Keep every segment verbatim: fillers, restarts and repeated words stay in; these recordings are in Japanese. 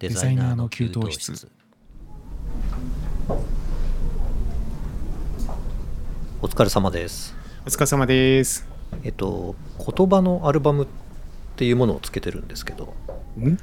デザイナーの給湯室。お疲れ様です。 お疲れ様です。 えっと言葉のアルバムっていうものをつけてるんですけど。 ん言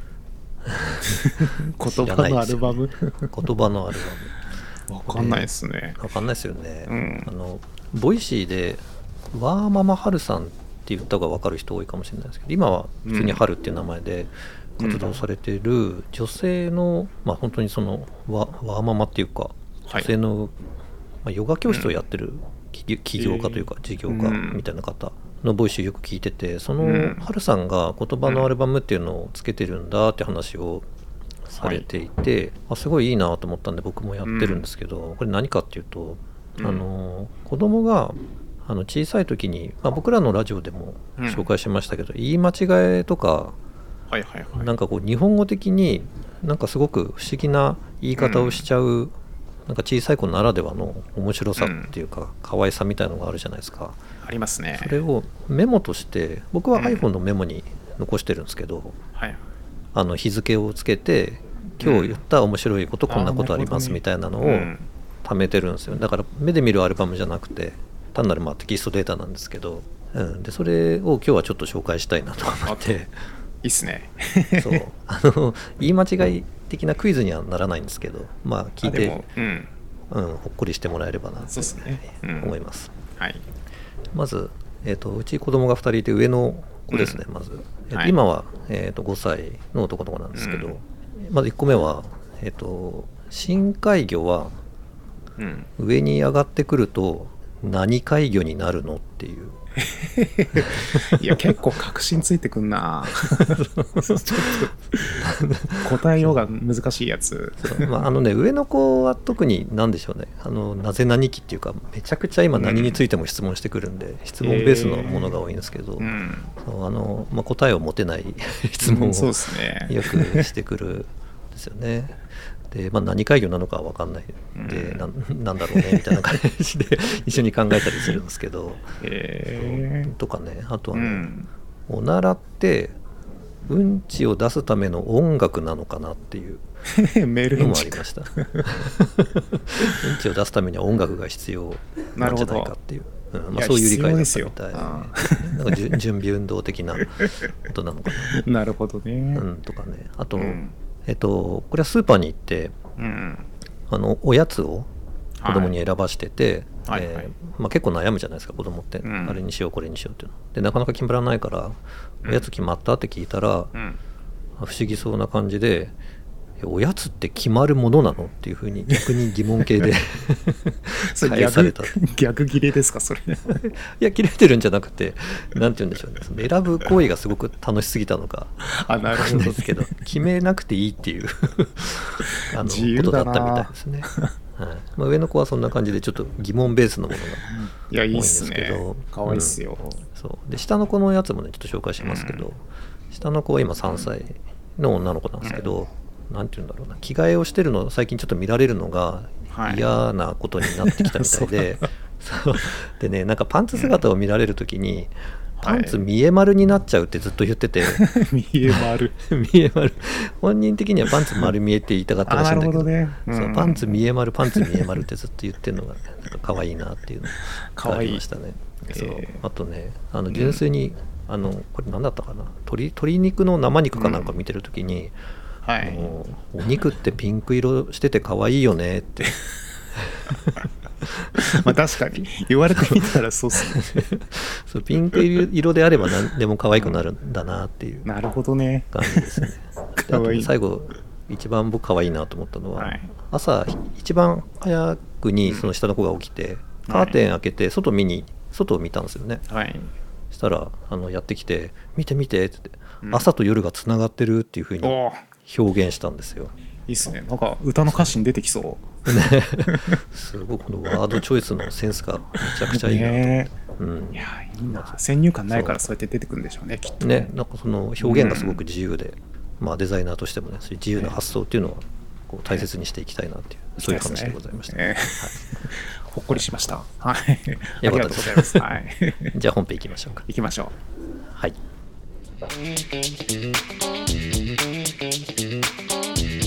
葉のアルバム言葉のアルバム。 わかんないですね。 わかんないですよね。 うん、 あのボイシーでワーママハルさんって言った方が分かる人多いかもしれないですけど、今は普通にハルっていう名前で活動されている女性の、まあ本当にそのワーママっていうか女性の、まあ、ヨガ教室をやってる起業家というか事業家みたいな方のボイシーよく聞いてて、そのハルさんが言葉のアルバムっていうのをつけてるんだって話をされていて、あすごいいいなと思ったんで僕もやってるんですけど、これ何かっていうと、あの子供があの小さい時に、まあ、僕らのラジオでも紹介しましたけど、言い間違えとか、 はいはいはい、 なんかこう日本語的になんかすごく不思議な言い方をしちゃう、なんか小さい子ならではの面白さっていうか可愛さみたいなのがあるじゃないですか。 ありますね。 それをメモとして僕は iPhone のメモに残してるんですけど、 はい、 あの日付をつけて今日言った面白いこと、こんなことありますみたいなのを貯めてるんですよ。だから目で見るアルバムじゃなくて単なるまあテキストデータなんですけど、うん、でそれを今日はちょっと紹介したいなと思っていいっすねそうあの言い間違い的なクイズにはならないんですけど、まあ聞いてうんうん、ほっこりしてもらえればなと思います。 はい、 まず、えーと、うち子供がふたりいて上の子ですね、うん、まず、えーと、今は、えーと、ごさいの男の子なんですけど、うん、まずいっこめは、えーと、深海魚は上に上がってくると何海魚になるのっていういや結構確信ついてくんなちょっと答えようが難しいやつそう、まあ、あのね上の子は特に何でしょうね、あのなぜ何期っていうかめちゃくちゃ今何についても質問してくるんで、うん、質問ベースのものが多いんですけど、えーうんそうあのまあ、答えを持てない質問をよくしてくるんですよね。でまあ、何海魚なのかは分かんないで、うん、な, なんだろうねみたいな感じで一緒に考えたりするんですけど、えー、とかね、あとはね、うん、おならってうんちを出すための音楽なのかなっていうのもありましたうんちを出すためには音楽が必要なんじゃないかっていう、うんまあ、そういう理解だったみたい、ね、なんか準備運動的なことなのかななるほどね、 うん、とかね、あと、うんえっと、これはスーパーに行って、うん、あのおやつを子供に選ばしてて、はいえーはいまあ、結構悩むじゃないですか子供って、うん、あれにしようこれにしようっていうのでなかなか決まらないから、うん、おやつ決まったって聞いたら、うん、不思議そうな感じでおやつって決まるものなのっていうふうに逆に疑問形で返された逆切れですかそれいや切れてるんじゃなくてなんて言うんでしょうね、その選ぶ行為がすごく楽しすぎたのかあなるほど、ね、 ですけど決めなくていいっていうあのことだったみたいですねはいまあ、上の子はそんな感じでちょっと疑問ベースのものが多いんですけど、 かわいいっすよ、うん、 そうで下の子のやつもねちょっと紹介しますけど、うん、下の子は今さんさいの女の子なんですけど、うん、なんて言うんだろうな、着替えをしてるのを最近ちょっと見られるのが嫌なことになってきたみたいで、はい、そうでね、なんかパンツ姿を見られるときに、うんパンツ見え丸になっちゃうってずっと言ってて、はい、 見え丸見え丸本人的にはパンツ丸見えって言いたかったらしいんだけど、 ねうん、そうパンツ見え丸パンツ見え丸ってずっと言ってるのがなんか可愛いなっていうのがありましたね。そうあとねあの純粋に、うん、あのこれ何だったかな、鶏、鶏肉の生肉かなんか見てるときに、うんはい、お肉ってピンク色してて可愛いよねってまあ確かに言われてみたらそうっすねそうピンク色であれば何でも可愛くなるんだなっていうなるほどね感じですね。であと最後一番僕可愛いなと思ったのは、はい、朝一番早くにその下の子が起きて、うん、カーテン開けて外見に外を見たんですよね、はい、したらあのやってきて見て見てって、うん、朝と夜がつながってるっていう風に表現したんですよ。 いいっすね、なんか歌の歌詞に出てきそうね、すごいこのワードチョイスのセンスがめちゃくちゃいいなと、ねうん、 いやいいな、先入観ないからそうやって出てくるんでしょうねきっとね, ねなんかその表現がすごく自由で、うんまあ、デザイナーとしてもねそういう自由な発想っていうのはこう大切にしていきたいなっていう、ね、そういう話でございました、ねねはい、 ほっこりしました、はい、ありがとうございます、はい、 じゃあ本編いきましょうか。 いきましょう。 はい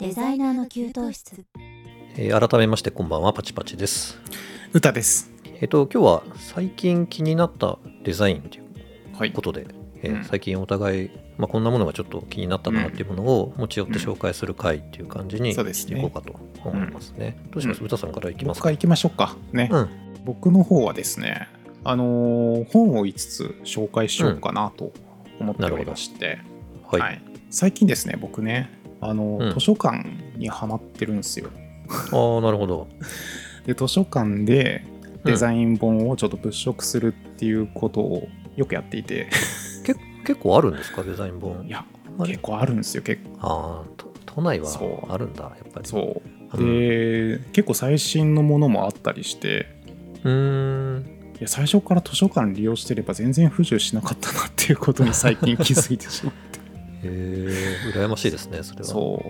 デザイナーの給湯室。 えー、改めましてこんばんは、パチパチです。 歌です。 えっと今日は最近気になったデザインということで、はい、えーうん、最近お互い、まあ、こんなものがちょっと気になったなっていうものを持ち寄って紹介する回っていう感じにしていこうかと思いますね。うん、どうします？歌さんからいきますか。 僕からいきましょうかね。うん、僕の方はですね、あのー、本をいつつ紹介しようかなと思っておりまして、うん、はいはい、最近ですね僕ね、あのーうん、図書館にハマってるんですよ。 ああ、なるほど。 で図書館でデザイン本をちょっと物色するっていうことをよくやっていて、 うん、結構あるんですか、デザイン本。 いや結構あるんですよ。結構ああ、都内はあるんだ、やっぱり。 そうで、うん、結構最新のものもあったりして、 うーん、 いや最初から図書館利用してれば全然不自由しなかったなっていうことに最近気づいてしまってへえ、羨ましいですね、それは。 そう、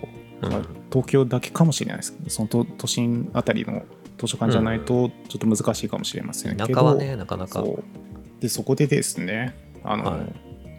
うん、東京だけかもしれないですけど、その都心あたりの図書館じゃないとちょっと難しいかもしれませんけど、 田舎はね、なかなか。 そうでそこでですね、あの、はい、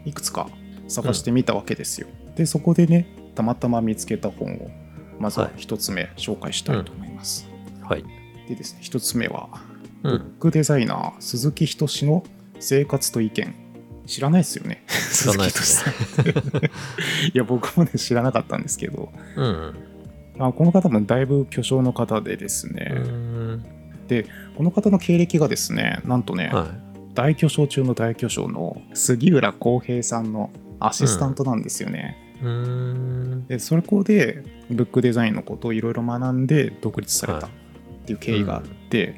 いくつか探してみたわけですよ。うん、でそこでね、たまたま見つけた本をまずは一つ目紹介したいと思います。 うん、はい。でですね、一つ目は、うん、ブックデザイナー鈴木仁の生活と意見。知らないですよね。 知らないですね。 いや僕もね知らなかったんですけど、 うん、 あこの方もだいぶ巨匠の方でですね、うん、でこの方の経歴がですね、なんとね、はい、大巨匠中の大巨匠の杉浦康平さんのアシスタントなんですよね。うん、でそれこでブックデザインのことをいろいろ学んで独立されたっていう経緯があって、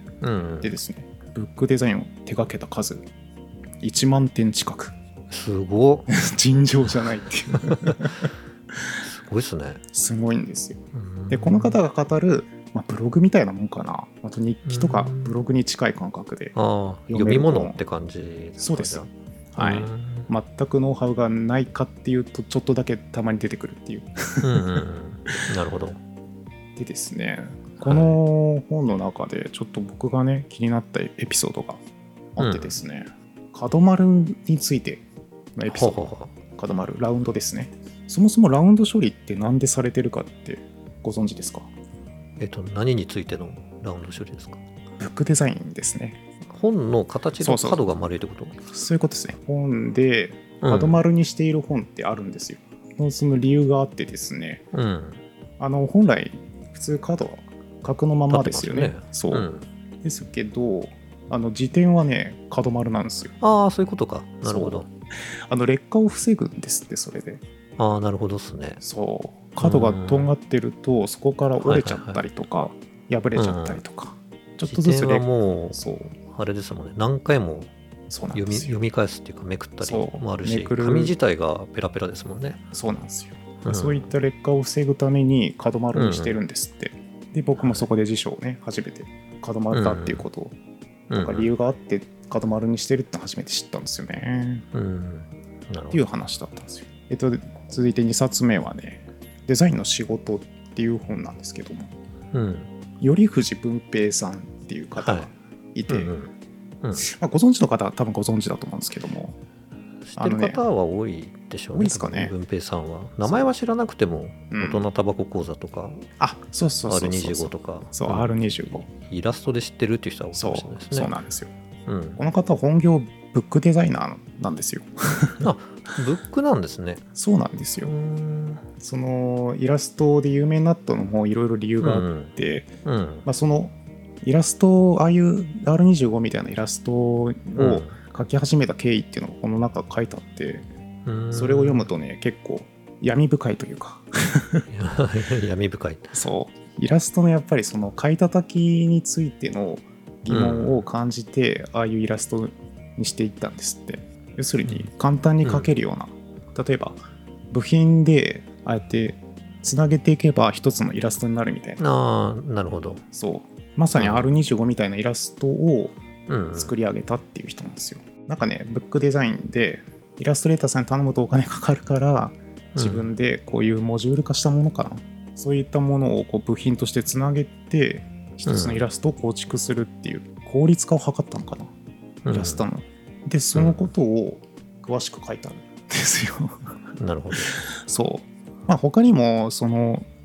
はいうん、でですね、ブックデザインを手掛けた数いちまんてん近く。 すごっ。 尋常じゃないっていうすごいですね。 すごいんですよ。でこの方が語る、まあ、ブログみたいなもんかな、あと日記とかブログに近い感覚であ読み物って感じですか。 そうです、はい、全くノウハウがないかっていうとちょっとだけたまに出てくるっていううんうん、うん、 なるほど。 でですね、この本の中でちょっと僕がね気になったエピソードがあってですね、うん角丸についてのエピソード。ほうほうほう。角丸ラウンドですね。そもそもラウンド処理ってなんでされてるかってご存知ですか？ えっと何についてのラウンド処理ですか？ ブックデザインですね。 本の形の角が丸いってこと？ そうそう、そういうことですね。本で角丸にしている本ってあるんですよ。うん、その理由があってですね、うん、あの本来普通角は角のままですよね。ね、そう、うん、ですけどあの辞典はね角丸なんですよ。 ああ、そういうことか。なるほど。 あの劣化を防ぐんですって、それで。 ああ、なるほどですね。 そう角がとんがってるとそこから折れちゃったりとか、はいはいはい、破れちゃったりとか、うん、ちょっとずつ辞典はもうそうあれですもんね、何回も読み、読み返すっていうかめくったりもあるし、紙自体がペラペラですもんね。 そうなんですよ、うん、そういった劣化を防ぐために角丸にしてるんですって、うん、で僕もそこで辞書をね初めて角丸だっていうことを、うん、なんか理由があって角丸にしてるって初めて知ったんですよね、うん、なるほどっていう話だったんですよ。えっと続いてにさつめはね、デザインの仕事っていう本なんですけども、うん、頼藤文平さんっていう方がいて、はい、うんうんうんまあ、ご存知の方は多分ご存知だと思うんですけども、 知ってる方は多いでしょうね。 多いですかね。 文平さんは名前は知らなくても大人タバコ講座とか、うん、 あ、そうそうそうそうアールにじゅうご とか、 そう、うん、アールにじゅうごイラストで知ってるっていう人は多いかもしれないですね。 そう、そうなんですよ、うん、この方は本業ブックデザイナーなんですよあ、ブックなんですね。 そうなんですよ。そのイラストで有名になったのもいろいろ理由があって、うんうんまあ、そのイラスト、ああいう アールにじゅうご みたいなイラストを描き始めた経緯っていうのがこの中書いてあって、うん、それを読むとね結構闇深いというか闇深い。 そうイラストのやっぱりその買い叩きについての疑問を感じて、うん、ああいうイラストにしていったんですって。要するに簡単に描けるような、うん、例えば部品でああやってつなげていけば一つのイラストになるみたいな。 ああ、なるほど。 そうまさに アールにじゅうご みたいなイラストを作り上げたっていう人なんですよ、うんうん、なんかねブックデザインでイラストレーターさんに頼むとお金かかるから自分でこういうモジュール化したものかな、うん、そういったものをこう部品としてつなげて一つのイラストを構築するっていう効率化を図ったのかな、うん、イラストのでそのことを詳しく書いたんですよなるほど。 そうまあ他にもその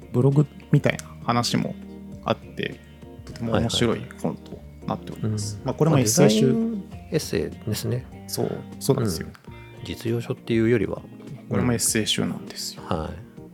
ブログみたいな話もあってとても面白い本となっております、はいはい、まあ、これもエッセイ集、 エッセイですね。 そうそうなんですよ、 うん、実用書っていうよりはこれもエッセイ集なんですよ、 うん、はい、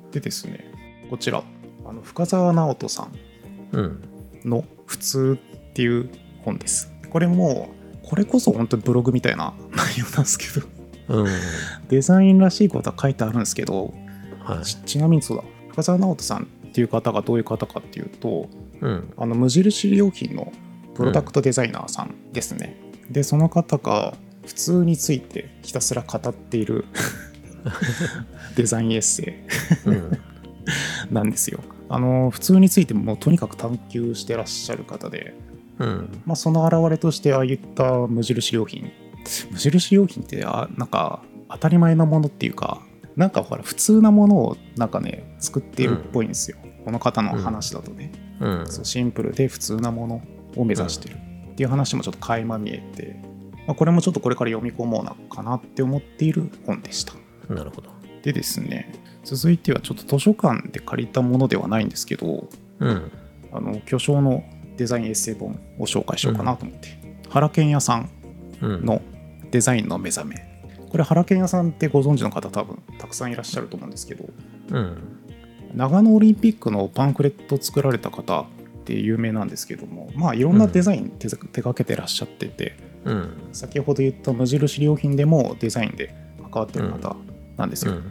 でですね、こちらあの深澤直人さんの普通っていう本です。これもこれこそ本当にブログみたいな内容なんですけど、うん、デザインらしいことは書いてあるんですけど、はい、ち, ちなみにそうだ深澤直人さんっていう方がどういう方かっていうと、うん、あの無印良品のプロダクトデザイナーさんですね、うん、でその方が普通についてひたすら語っているデザインエッセイ、うん、なんですよ。あの普通についてもとにかく探求してらっしゃる方で、うん、まあ、その表れとしてああいった無印良品無印良品ってあなんか当たり前なものっていうか、なんかほら普通なものをなんかね作っているっぽいんですよ、うん、この方の話だとね、うん、そうシンプルで普通なものを目指してるっていう話もちょっと垣間見えて、まあ、これもちょっとこれから読み込もうなかなって思っている本でした。 なるほど。 でですね、続いてはちょっと図書館で借りたものではないんですけど、うん、あの巨匠のデザインエッセイ本を紹介しようかなと思って、うん、原健也さんのデザインの目覚め、これ原健也さんってご存知の方多分たくさんいらっしゃると思うんですけど、うん、長野オリンピックのパンフレットを作られた方って有名なんですけども、まあいろんなデザイン手掛けてらっしゃってて、うん、先ほど言った無印良品でもデザインで関わってる方なんですよ、うん、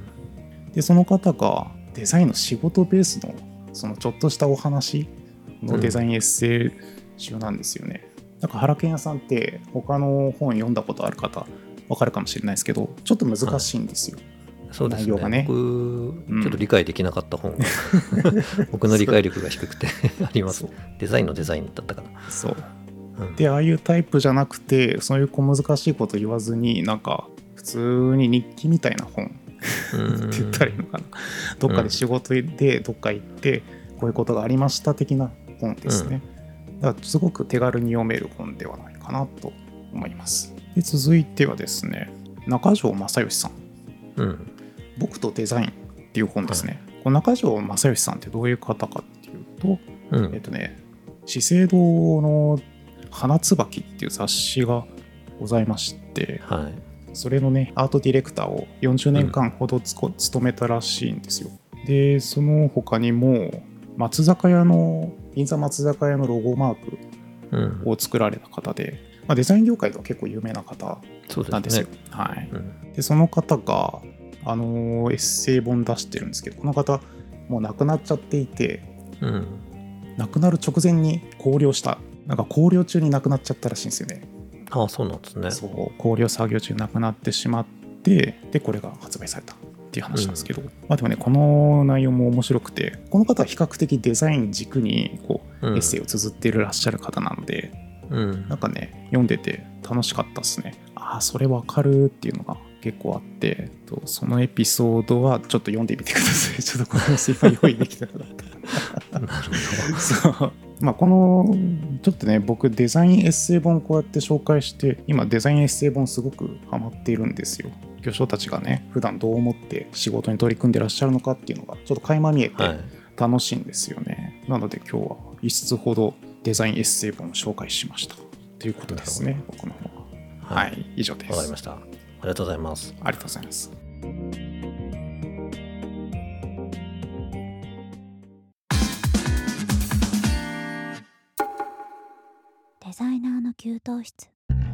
でその方がデザインの仕事ベースのそのちょっとしたお話のデザインエッセイ集なんですよね、うん、なんか原健也さんって他の本読んだことある方わかるかもしれないですけど、ちょっと難しいんですよ、はい、 そうですね、 内容がね、 僕ちょっと理解できなかった本が、うん、僕の理解力が低くてあります。デザインのデザインだったかな。そう、 うん、でああいうタイプじゃなくて、そういう小難しいこと言わずに、なんか普通に日記みたいな本って言ったらいいのかな、どっかで仕事でどっか行ってこういうことがありました的な本ですね、うん、だからすごく手軽に読める本ではないかなと思います。で続いてはですね、中条正義さん、うん、僕とデザインっていう本ですね、はい、この中条正義さんってどういう方かっていうと、うん、えっとね資生堂の花椿っていう雑誌がございまして、はい、それのねアートディレクターをよんじゅうねんかんほどつこ、うん、務めたらしいんですよ。でその他にも松坂屋の銀座松坂屋のロゴマークを作られた方で、うん、まあ、デザイン業界では結構有名な方なんですよ。そうですね、はい、うん、でその方があのエッセイ本出してるんですけど、この方もう亡くなっちゃっていて、うん、亡くなる直前に考慮した、なんか考慮中に亡くなっちゃったらしいんですよね。 ああ、そうなんですね。 そう、考慮作業中に亡くなってしまって、でこれが発売されたっていう話なんですけど、うん、まあでもねこの内容も面白くて、この方は比較的デザイン軸にこう、うん、エッセイを綴っていらっしゃる方なので、うん、なんかね読んでて楽しかったですね。ああそれわかるっていうのが結構あって、そのエピソードはちょっと読んでみてください。ちょっとこの今用意できてなかったなるほど。そう、まあ、このちょっとね僕デザインエッセイ本こうやって紹介して、今デザインエッセイ本すごくハマっているんですよ。巨匠たちがね普段どう思って仕事に取り組んでらっしゃるのかっていうのがちょっと垣間見えて楽しいんですよね、はい、なので今日はいつつほどデザインエッセイ本を紹介しましたということですね。僕の方は、はい、はい、以上です。 わかりました。ありがとうございます。 ありがとうございます。 デザイナーの給湯室。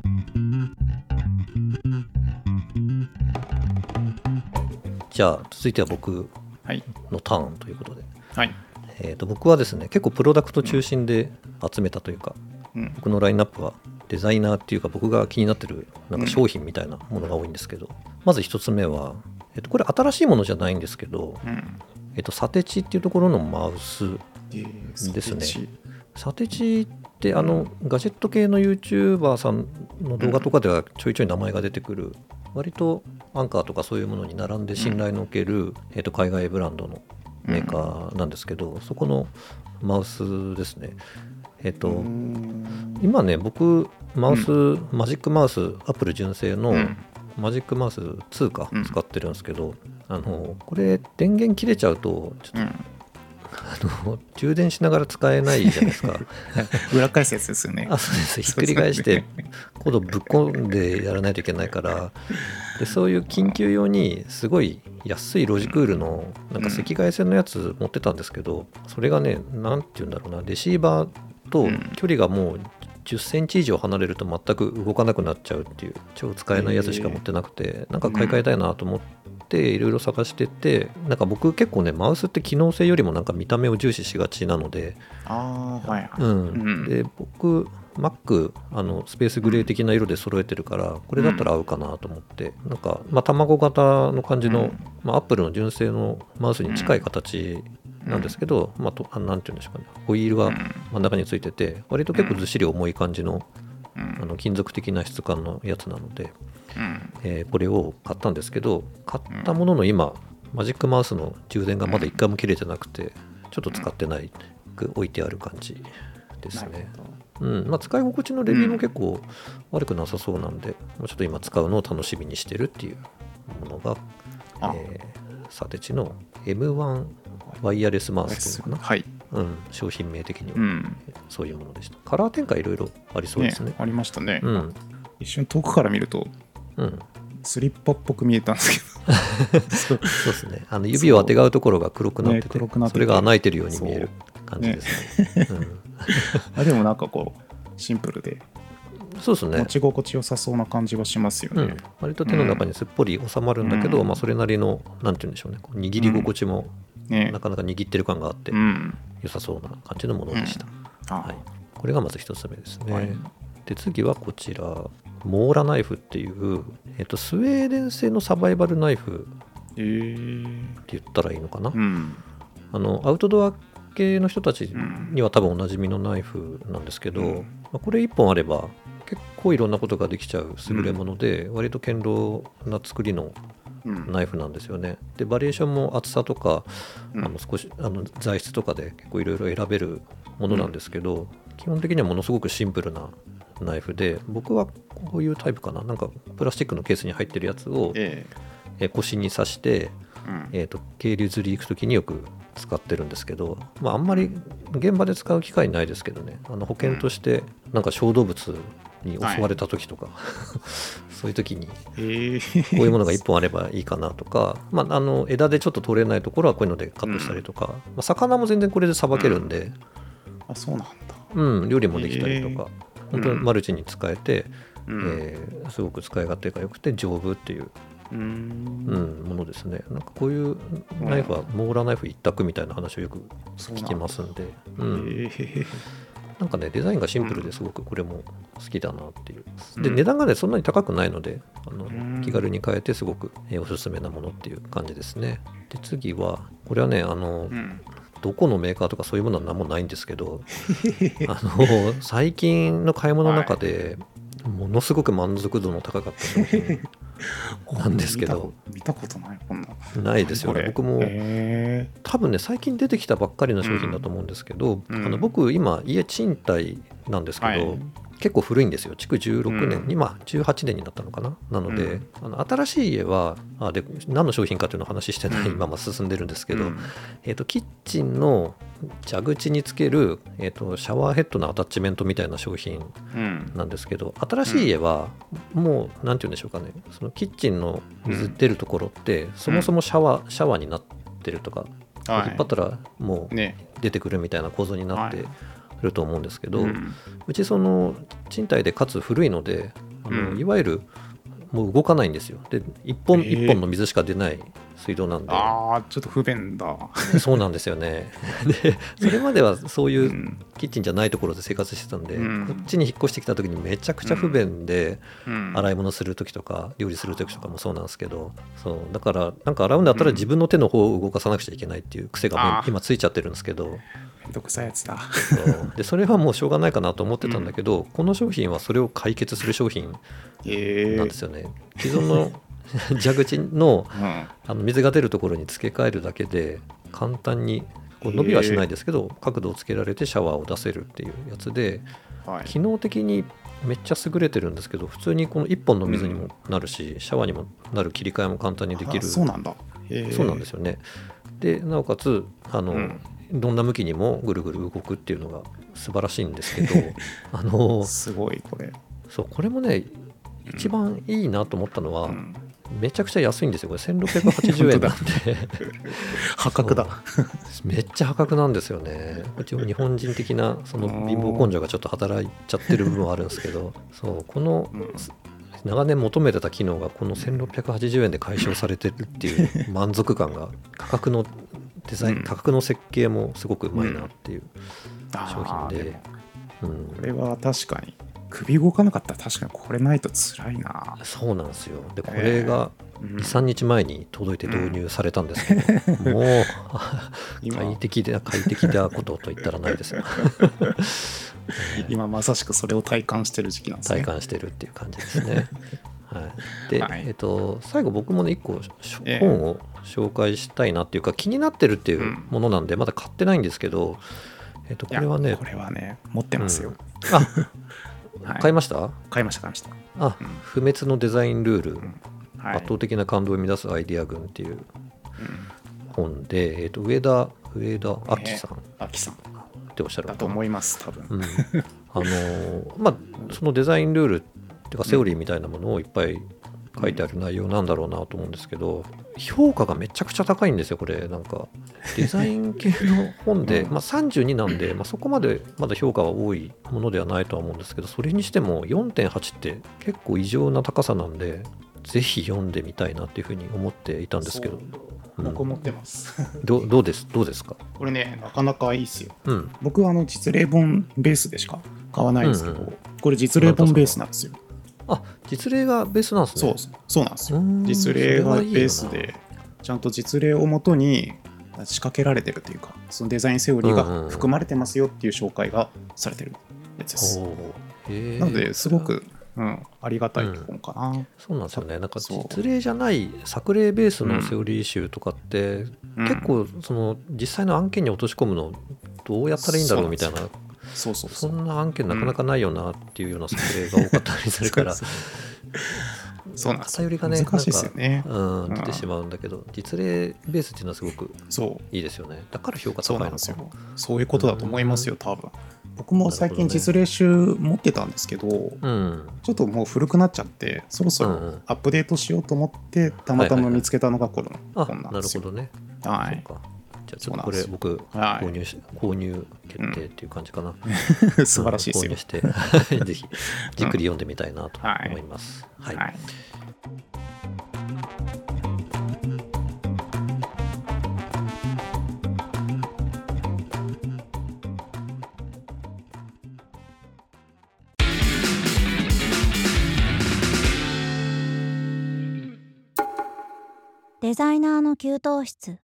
じゃあ続いては僕のターンということで、 はい、 えー、と僕はですね結構プロダクト中心で集めたというか、うん、僕のラインナップはデザイナーっていうか僕が気になってるなんか商品みたいなものが多いんですけど、うん、まず一つ目は、えー、とこれ新しいものじゃないんですけど、うん、えー、とサテチっていうところのマウスですね。サテチってあのガジェット系の YouTuber さんの動画とかではちょいちょい名前が出てくる、割とアンカーとかそういうものに並んで信頼のおける、えー、と海外ブランドのメーカーなんですけど、そこのマウスですね。えっと今ね僕マウス、うん、マジックマウスアップル純正のマジックマウスツーか使ってるんですけど、うん、あのこれ電源切れちゃうとちょっとあの充電しながら使えないじゃないですか裏返すやつですよね。 あ、そうです。ひっくり返してコードぶっ込んでやらないといけないから、でそういう緊急用にすごい安いロジクールのなんか赤外線のやつ持ってたんですけど、それがね、なんて言うんだろうな、レシーバーと距離がもうじゅっセンチ以上離れると全く動かなくなっちゃうっていう超使えないやつしか持ってなくて、なんか買い替えたいなと思っていろいろ探してて、なんか僕結構ねマウスって機能性よりもなんか見た目を重視しがちなので、 ああはいはい、 うん、で僕 Mac あのスペースグレー的な色で揃えてるからこれだったら合うかなと思って、なんかまあ卵型の感じの、まあ、Apple の純正のマウスに近い形なんですけど、まあ、とあなんていうんでしょうかね、ホイールが真ん中についてて割と結構ずっしり重い感じの、あの金属的な質感のやつなので、えー、これを買ったんですけど、買ったものの今マジックマウスの充電がまだいっかいも切れてなくてちょっと使ってないく置いてある感じですね。うんまあ、使い心地のレビューも結構悪くなさそうなんで、うん、ちょっと今使うのを楽しみにしてるっていうものが、えー、サテチの エムワン ワイヤレスマウスというのかな、はい、うん、商品名的には、うん、そういうものでした。カラー展開いろいろありそうですね。 ね、ありましたね、 うん、 一瞬遠くから見ると、うん、スリッパっぽく見えたんですけどそうですね、あの指をあてがうところが黒くなってて、ね、黒くなっててそれが穴開いてるように見える感じですね。ねうん、あでもなんかこうシンプルでそうですね、 持ち心地よさそうな感じはしますよね。うん、 割と手の中にすっぽり収まるんだけど、うんまあ、それなりのなんて言うんでしょうね、こう握り心地もなかなか握ってる感があって良さそうな感じのものでした。うんはい、これがまず一つ目ですね。はい、で次はこちらモーラナイフっていう、えっと、スウェーデン製のサバイバルナイフって言ったらいいのかな、えーうん、あのアウトドア系の人たちには多分おなじみのナイフなんですけど、うんまあ、これいっぽんあれば結構いろんなことができちゃう優れもので、うん、割と堅牢な作りのナイフなんですよね。でバリエーションも厚さとか、うん、あの少しあの材質とかで結構いろいろ選べるものなんですけど、うん、基本的にはものすごくシンプルなナイフで、僕はこういうタイプかな、なんかプラスチックのケースに入ってるやつを、えー、え腰に刺して、うんえー、と渓流釣り行くときによく使ってるんですけど、まあ、あんまり現場で使う機会ないですけどね、あの保険としてなんか小動物に襲われた時とか、はい、そういう時にこういうものがいっぽんあればいいかなとか、まあ、あの枝でちょっと取れないところはこういうのでカットしたりとか、うんまあ、魚も全然これでさばけるんで、 うん、あそうなんだ、 うん、料理もできたりとか、本当にマルチに使えて、うんえー、すごく使い勝手が良くて丈夫っていううん、うん、ものですね。なんかこういうナイフはモーラナイフ一択みたいな話をよく聞きますんで、うん、なんかねデザインがシンプルですごくこれも好きだなっていう。で値段がねそんなに高くないので、あの気軽に買えてすごくおすすめなものっていう感じですね。で次はこれはねあの、うんどこのメーカーとかそういうものは何もないんですけどあの最近の買い物の中でものすごく満足度の高かった商品なんですけど見たことないこんなないですよね。僕も多分ね最近出てきたばっかりの商品だと思うんですけど、うん、あの僕今家賃貸なんですけど、はい結構古いんですよ。築じゅうろくねん、うん、今じゅうはちねんになったのかな。なので、うん、あの新しい家はあで何の商品かというのを話してないまま進んでるんですけど、うんえー、とキッチンの蛇口につける、えー、とシャワーヘッドのアタッチメントみたいな商品なんですけど、新しい家はもう何て言うんでしょうかね、そのキッチンの水出るところってそもそもシャワー、シャワーになってるとか、はい、引っ張ったらもう出てくるみたいな構造になって、はいると思うんですけど、うん、うちその賃貸でかつ古いのであの、うん、いわゆるもう動かないんですよ。で一本一本の水しか出ない水道なんで、 ああちょっと不便だそうなんですよね。でそれまではそういうキッチンじゃないところで生活してたんで、うん、こっちに引っ越してきた時にめちゃくちゃ不便で、うん、洗い物する時とか料理する時とかもそうなんですけど、そうだからなんか洗うんだったら自分の手の方を動かさなくちゃいけないっていう癖が今ついちゃってるんですけど、 めんどくさいやつだ。 そうでそれはもうしょうがないかなと思ってたんだけど、うん、この商品はそれを解決する商品なんですよね。えー、既存の蛇口の、うん、あの水が出るところに付け替えるだけで簡単にこう伸びはしないですけど、えー、角度をつけられてシャワーを出せるっていうやつで、はい、機能的にめっちゃ優れてるんですけど、普通にこのいっぽんの水にもなるし、うん、シャワーにもなる切り替えも簡単にできる。 そうなんだ。 えー、そうなんですよね。でなおかつあの、うんどんな向きにもぐるぐる動くっていうのが素晴らしいんですけどあのすごいこれそうこれもね一番いいなと思ったのは、うん、めちゃくちゃ安いんですよこれせんろっぴゃくはちじゅうえんなんで破格だめっちゃ破格なんですよね。うちも日本人的なその貧乏根性がちょっと働いちゃってる部分はあるんですけどそうこの、うん長年求めてた機能がこのせんろっぴゃくはちじゅうえんで解消されてるっていう満足感が価格のデザイン、うん、価格の設計もすごくうまいなっていう商品で、 うん、これは確かに首動かなかったら確かにこれないと辛いな。 そうなんですよ。でこれがにさんにちまえに届いて導入されたんですけど、うん、もう快適で快適なことと言ったらないですよ今まさしくそれを体感してる時期なんですね。 体感してるっていう感じですね。はい、で、はい、えっと、最後僕もねいっこ本を紹介したいなっていうか、えー、気になってるっていうものなんでまだ買ってないんですけど、えっと、これはねこれはね持ってますよ、 うん、あ、はい、買いました買いました買いましたあ、うん、不滅のデザインルール、うんはい、圧倒的な感動を生み出すアイデア群っていう本で、うんえー、と上田上田亜紀さん、 えー、亜紀さんっておっしゃるだと思います多分、 うん、あのまあそのデザインルールっていうかセオリーみたいなものをいっぱい書いてある内容なんだろうなと思うんですけど、評価がめちゃくちゃ高いんですよこれ。なんかデザイン系の本で、まあ、さんじゅうになんで、まあ、そこまでまだ評価は多いものではないとは思うんですけど、それにしても よんてんはち って結構異常な高さなんでぜひ読んでみたいなっていうふうに思っていたんですけど、 うん、僕持ってますど, どうですどうですか。 これねなかなかいいですよ、 うん、 僕はあの実例本ベースでしか買わないんですけど、うんうん、これ実例本ベースなんですよ。 あ、実例がベースなんですね。 そうそうなんですよ。実例がベースでちゃんと実例をもとに仕掛けられてるというか、そのデザインセオリーが含まれてますよっていう紹介がされてるやつです、うんうん、なのですごく、うん、ありがたい本かな、うん、 そうなんですよね。なんか実例じゃない作例ベースのセオリー集とかって、うん、結構その実際の案件に落とし込むのどうやったらいいんだろうみたいな、 そうそうそう、 そんな案件なかなかないよなっていうような作例が多かったりするからそうなんです偏りがね難しいですよね、 うん、出てしまうんだけど、実例ベースっていうのはすごくいいですよね。だから評価高いのか。そうなんですよ。 そういうことだと思いますよ多分。僕も最近実例集持ってたんですけど、うん、ちょっともう古くなっちゃってそろそろアップデートしようと思ってたまたま見つけたのがこの本なんですよ。 なるほどね。はい。そうか。じゃあちょっとこれ僕購入し、はい、購入決定っていう感じかな、 うん、素晴らしいですよ。 購入してぜひじっくり読んでみたいなと思います、うん、はい、はいはい、 デザイナーの給湯室。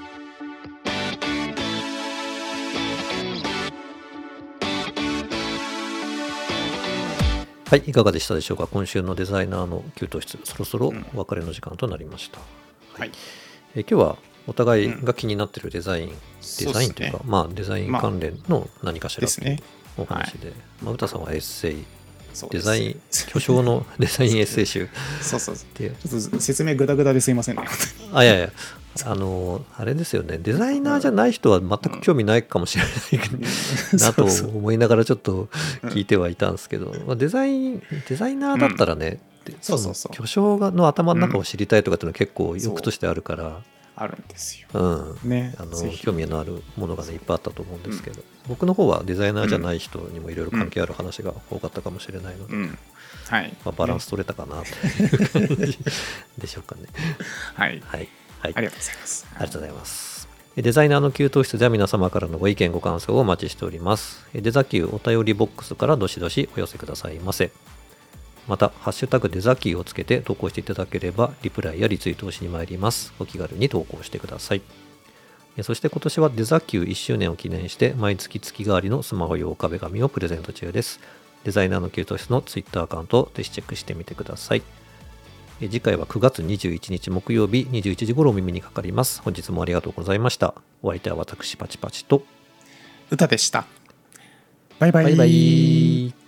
はい、いかがでしたでしょうか。今週のデザイナーの給湯室、そろそろお別れの時間となりました、うんはい、え今日はお互いが気になっているデザイン、うん、デザインというか、ね、まあ、デザイン関連の何かしらというお話で、まあ、歌さんはエッセイ、デザイン巨匠のデザインエッセイ集そうそうそうちょっと説明グダグダですいませんね。 あいやいやあのあれですよね、デザイナーじゃない人は全く興味ないかもしれない、うん、なと思いながらちょっと聞いてはいたんですけど、まあ、デザインデザイナーだったらね、うん、その巨匠の頭の中を知りたいとかっていうのは結構欲としてあるから、うんあるんですよ、 うんね、あの興味のあるものが、ね、いっぱいあったと思うんですけど、うん、僕の方はデザイナーじゃない人にもいろいろ関係ある話が多かったかもしれないので、うんはいまあ、バランス取れたかなという感じでしょうかね。 はい、 はいはい、 ありがとうございます。 ありがとうございます。デザイナーの給湯室では皆様からのご意見ご感想をお待ちしております。デザキューお便りボックスからどしどしお寄せくださいませ。またハッシュタグデザキューをつけて投稿していただければリプライやリツイートをしに参ります。お気軽に投稿してください。そして今年はデザキューいっしゅうねんを記念して毎月月替わりのスマホ用壁紙をプレゼント中です。デザイナーの給湯室のツイッターアカウントをぜひチェックしてみてください。次回はくがつにじゅういちにち木曜日にじゅういちじ頃お耳にかかります。本日もありがとうございました。お相手は私パチパチと歌でした。バイバイ。 バイバイ。